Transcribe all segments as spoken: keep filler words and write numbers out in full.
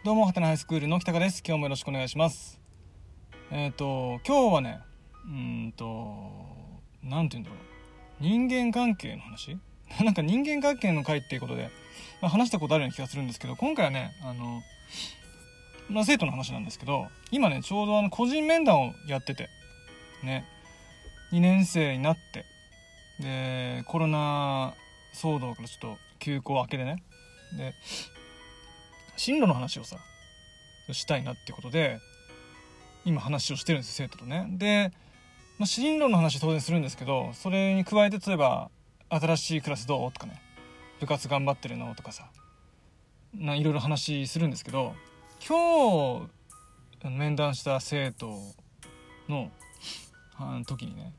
どうもはてなハイスクールの北川です。今日もよろしくお願いします。えっ、ー、と今日はねうーんとなんて言うんだろう人間関係の話なんか人間関係の回っていうことで、まあ、話したことあるような気がするんですけど、今回はねあの、まあ、生徒の話なんですけど、今ねちょうどあの個人面談をやっててねにねん生になって、でコロナ騒動からちょっと休校明けでね、で進路の話をさしたいなっていうことで今話をしてるんです生徒とね。で、まあ、進路の話当然するんですけど、それに加えて例えば新しいクラスどうとかね、部活頑張ってるのとかさ、ないろいろ話するんですけど、今日面談した生徒の時にね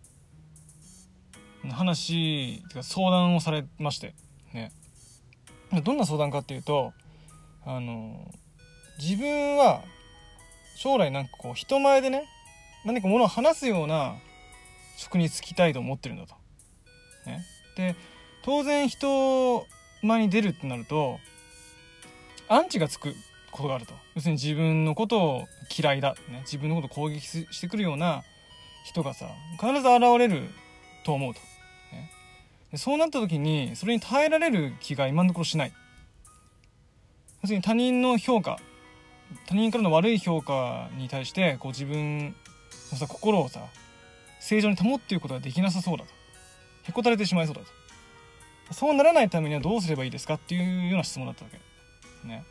話てか相談をされましてね。どんな相談かっていうと、あの自分は将来なんかこう人前でね何かものを話すような職に就きたいと思ってるんだと、ね、で当然人前に出るってなるとアンチがつくことがあると。要するに自分のことを嫌いだ、ね、自分のことを攻撃してくるような人がさ必ず現れると思うと、ね、でそうなった時にそれに耐えられる気が今のところしない。要するに他人の評価、他人からの悪い評価に対してこう自分のさ心をさ正常に保っていることができなさそうだと、へこたれてしまいそうだと。そうならないためにはどうすればいいですかっていうような質問だったわけね。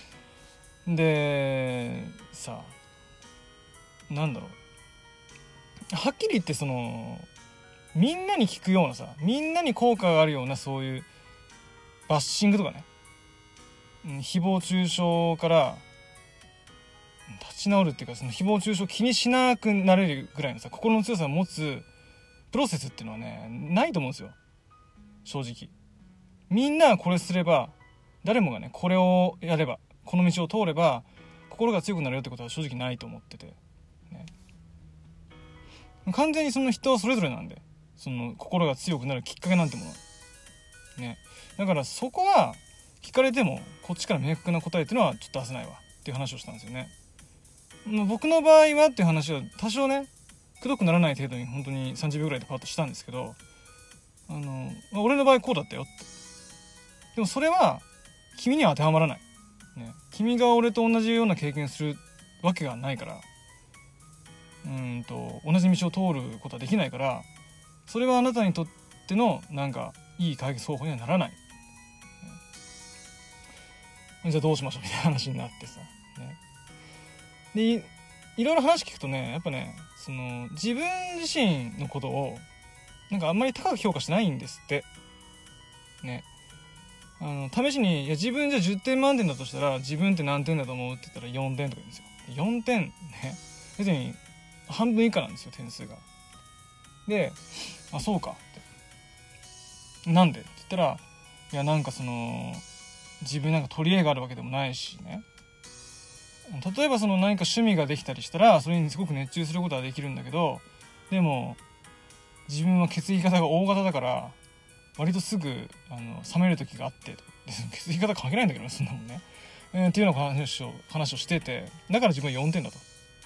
でさなんだろう、はっきり言ってそのみんなに聞くようなさ、みんなに効果があるようなそういうバッシングとかね、誹謗中傷から立ち直るっていうか、その誹謗中傷を気にしなくなれるぐらいのさ心の強さを持つプロセスっていうのはねないと思うんですよ正直。みんなこれすれば、誰もがねこれをやれば、この道を通れば心が強くなるよってことは正直ないと思ってて、ね、完全にその人それぞれなんで、その心が強くなるきっかけなんてものね。だからそこは聞かれてもこっちから明確な答えっていうのはちょっと出せないわっていう話をしたんですよね。僕の場合はっていう話は多少ねくどくならない程度に本当にさんじゅうびょうぐらいでパッとしたんですけど、あの俺の場合こうだったよって。でもそれは君には当てはまらない、ね、君が俺と同じような経験するわけがないから、うんと同じ道を通ることはできないから、それはあなたにとってのなんかいい解決方法にはならない、ね、じゃあどうしましょうみたいな話になってさ、ね、で い, いろいろ話聞くとねやっぱねその自分自身のことをなんかあんまり高く評価してないんですってね。あの試しにいや自分じゃじゅってん満点だとしたら自分って何点だと思うって言ったらよんてんとか言うんですよ。よんてんね別に半分以下なんですよ点数が。であそうかってなんでって言ったら、いやなんかその自分なんか取り柄があるわけでもないしね、例えばその何か趣味ができたりしたらそれにすごく熱中することはできるんだけど、でも自分は血液型が O 型だから割とすぐあの冷める時があって、血液型関係ないんだけどねそんなもんね、えー、っていうような話を話をしてて、だから自分はよんてんだと、ね、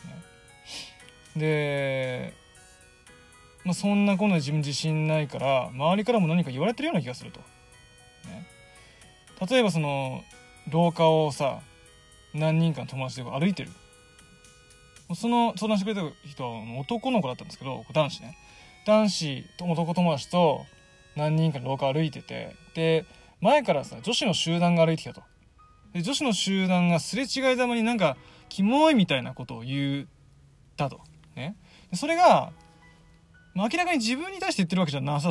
で、まあ、そんなこんな自分自信ないから周りからも何か言われてるような気がすると、ね、例えばその廊下をさ何人かの友達で歩いてる、その相談してくれた人は男の子だったんですけど、男子ね、男子と男友達と何人かの廊下歩いてて、で前からさ女子の集団が歩いてきたと。で女子の集団がすれ違いざまになんかキモいみたいなことを言ったとね。でそれが、まあ、明らかに自分に対して言ってるわけじゃなさ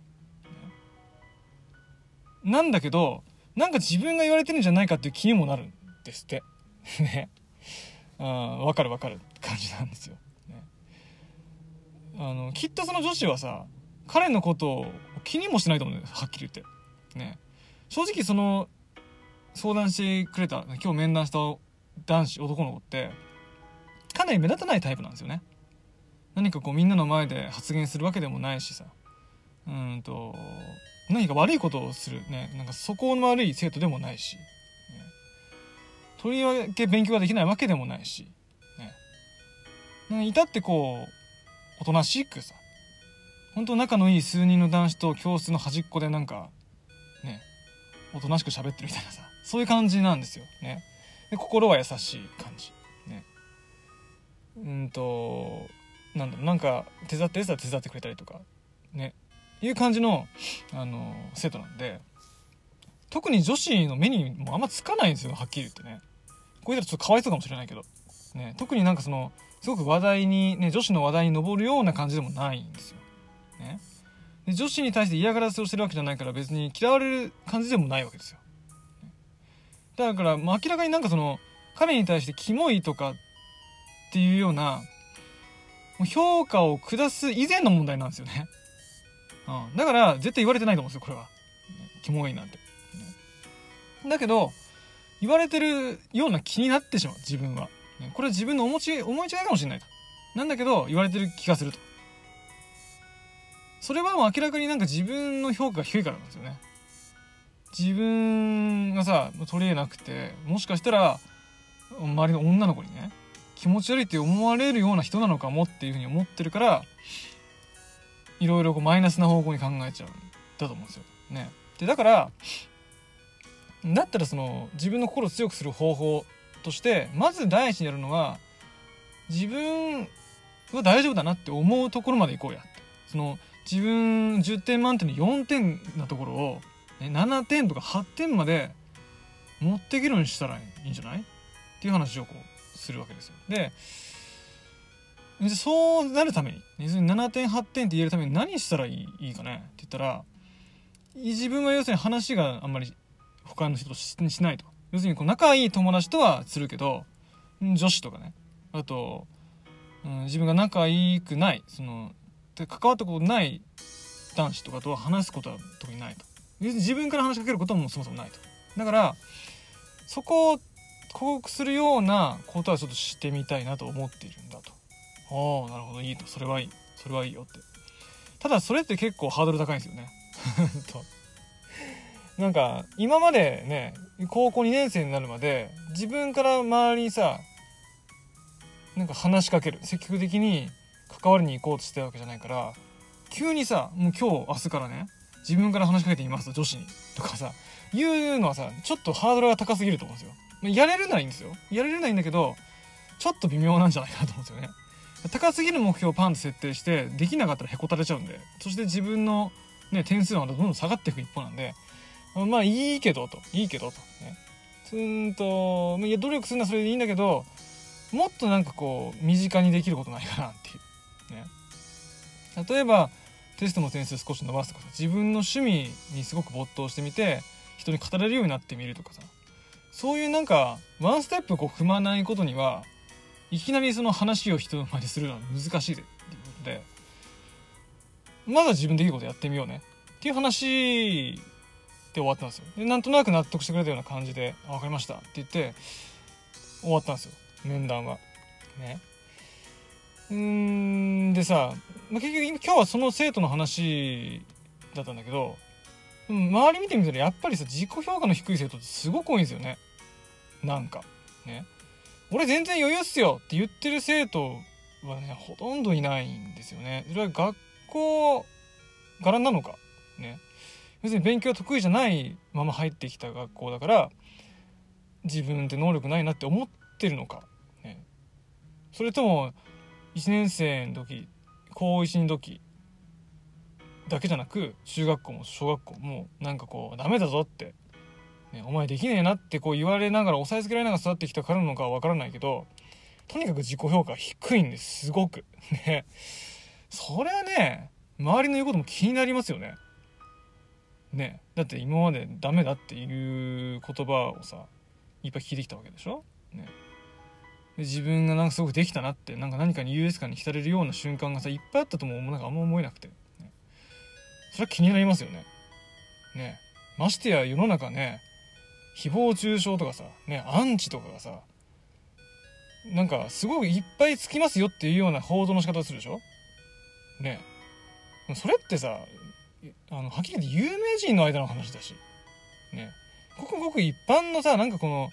そうなんだけど、なんか自分が言われてるんじゃないかっていう気にもなるんですってね。あ分かる分かるって感じなんですよ、ね、あのきっとその女子はさ彼のことを気にもしてないと思うんだよはっきり言ってね。正直その相談してくれた今日面談した男子男の子ってかなり目立たないタイプなんですよね。何かこうみんなの前で発言するわけでもないしさ、うんと何か悪いことをするね、なんか素行の悪い生徒でもないし、ね、 とりわけ勉強ができないわけでもないし、ね、至ってこうおとなしくさ、本当仲のいい数人の男子と教室の端っこでなんかねおとなしく喋ってるみたいなさ、そういう感じなんですよね。で心は優しい感じね。うんとなんだろう、なんか手伝ってやつは手伝ってくれたりとかね、いう感じのあの生徒なんで、特に女子の目にもあんまつかないんですよ、はっきり言ってね。こう言ったらちょっとかわいそうかもしれないけどね、特になんかそのすごく話題にね、女子の話題に上るような感じでもないんですよね。で女子に対して嫌がらせをしてるわけじゃないから、別に嫌われる感じでもないわけですよ。だから、まあ、明らかになんかその彼に対してキモいとかっていうような評価を下す以前の問題なんですよね。うん、だから絶対言われてないと思うんですよ、これは。キモいなんて。だけど言われてるような気になってしまう、自分は。これは自分の思い思い違いかもしれないと。なんだけど言われてる気がすると。それはもう明らかになんか自分の評価が低いからなんですよね。自分がさ取り柄なくて、もしかしたら周りの女の子にね気持ち悪いって思われるような人なのかもっていうふうに思ってるから、いろいろこうマイナスな方向に考えちゃうんだと思うんですよね。でだからだったらその自分の心を強くする方法として、まず第一にやるのは、自分は大丈夫だなって思うところまで行こうやって。その自分じゅってん満点でよんてんなところを、ね、ななてんとかはってんまで持っていけるようにしたらいいんじゃないっていう話をこうするわけですよ。でそうなるためにななてんはってんって言えるために何したらいい、いいかねって言ったら、自分は要するに話があんまり他の人と し, しないと。要するにこう仲いい友達とはするけど、女子とかね、あと、うん、自分が仲良くない、そので関わったことない男子とかとは話すことは特にないと。自分から話しかけることもそもそもないと。だからそこを克服するようなことはちょっとしてみたいなと思っているんだと。ああなるほど、いいと、それはいい、それはいいよって。ただそれって結構ハードル高いんですよねとなんか今までね、高校にねん生になるまで自分から周りにさなんか話しかける、積極的に関わりに行こうとしてるわけじゃないから、急にさもう今日明日からね自分から話しかけてみますと、女子にとかさ言うのはさちょっとハードルが高すぎると思うんですよ。やれるならいいんですよ、やれるならいいんだけど、ちょっと微妙なんじゃないかなと思うんですよね。高すぎる目標をパンと設定してできなかったらへこたれちゃうんで、そして自分の、ね、点数はどんどん下がっていく一方なんで、まあいいけどといいけどとね、つーんといや努力するのはそれでいいんだけど、もっとなんかこう身近にできることないかなっていうね。例えばテストの点数少し伸ばすとかさ、自分の趣味にすごく没頭してみて人に語れるようになってみるとかさ、そういうなんかワンステップこう踏まないことにはいきなりその話を人の前でするのは難しいでっていうことで、まずは自分できることやってみようねっていう話で終わったんですよ。でなんとなく納得してくれたような感じで、あ、分かりましたって言って終わったんですよ、面談はね。うーんでさ、まあ、結局今日はその生徒の話だったんだけど、周り見てみたらやっぱりさ自己評価の低い生徒ってすごく多いんですよね。なんかね、俺全然余裕っすよって言ってる生徒はねほとんどいないんですよね。それは学校柄なのかね、要するに勉強得意じゃないまま入ってきた学校だから自分って能力ないなって思ってるのか、ね、それともいちねん生の時高いちの時だけじゃなく中学校も小学校もなんかこうダメだぞって、ね、お前できねえなってこう言われながら押さえつけられながら育ってきたからなのかは分からないけど、とにかく自己評価低いんですすごくね。それはね周りの言うことも気になりますよね。ね、だって今までダメだっていう言葉をさいっぱい聞いてきたわけでしょ、ね、で自分がなんかすごくできたなってなんか何かに優越感に浸れるような瞬間がさいっぱいあったともなんかあんま思えなくて、ね、それは気になりますよね。ね、ましてや世の中ね誹謗中傷とかさ、ね、アンチとかがさなんかすごくいっぱいつきますよっていうような報道の仕方をするでしょ。ね、それってさあのはっきり言って有名人の間の話だし、ね、ごくごく一般のさなんかこの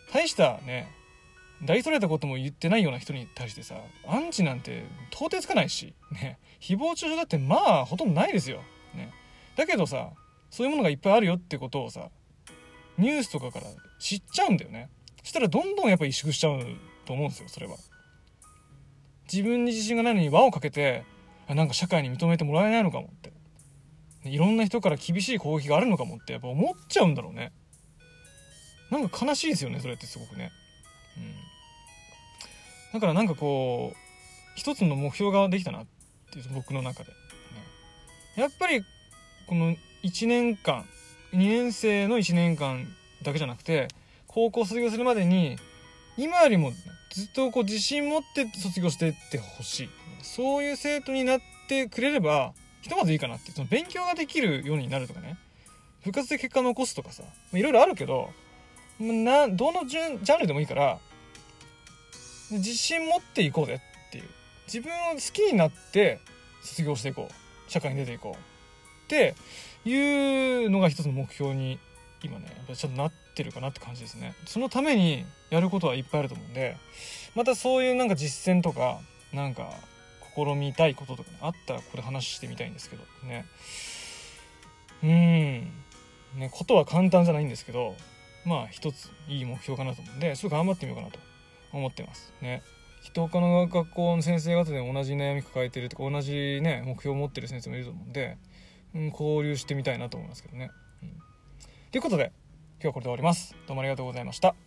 大したね大それたことも言ってないような人に対してさ、アンチなんて到底つかないしね、誹謗中傷だってまあほとんどないですよね。だけどさ、そういうものがいっぱいあるよってことをさ、ニュースとかから知っちゃうんだよね。そしたらどんどんやっぱ萎縮しちゃうと思うんですよ。それは自分に自信がないのに輪をかけて、なんか社会に認めてもらえないのかもって、いろんな人から厳しい攻撃があるのかもってやっぱ思っちゃうんだろうね。なんか悲しいですよね、それってすごくね。うん、だからなんかこう一つの目標ができたなっていう僕の中で、ね、やっぱりこのいちねんかんにねん生のいちねんかんだけじゃなくて高校卒業するまでに今よりもずっとこう自信持って卒業していってほしい。そういう生徒になってくれればひとまずいいかなって。その勉強ができるようになるとかね、部活で結果残すとかさ、いろいろあるけど、などのジャンルでもいいから自信持っていこうぜっていう、自分を好きになって卒業していこう、社会に出ていこうっていうのが一つの目標に今ねやっぱりちょっとなってるかなって感じですね。そのためにやることはいっぱいあると思うんで、またそういうなんか実践とかなんか試みたいこととか、ね、あったらこれ話してみたいんですけどね。うーんね、ことは簡単じゃないんですけど、まあ一ついい目標かなと思うんで、ちょっと頑張ってみようかなと思ってますね。きっと他の学校の先生方で同じ悩み抱えてるとか同じね目標を持ってる先生もいると思うんで、うん、交流してみたいなと思いますけどね。うん、ということで今日はこれで終わります。どうもありがとうございました。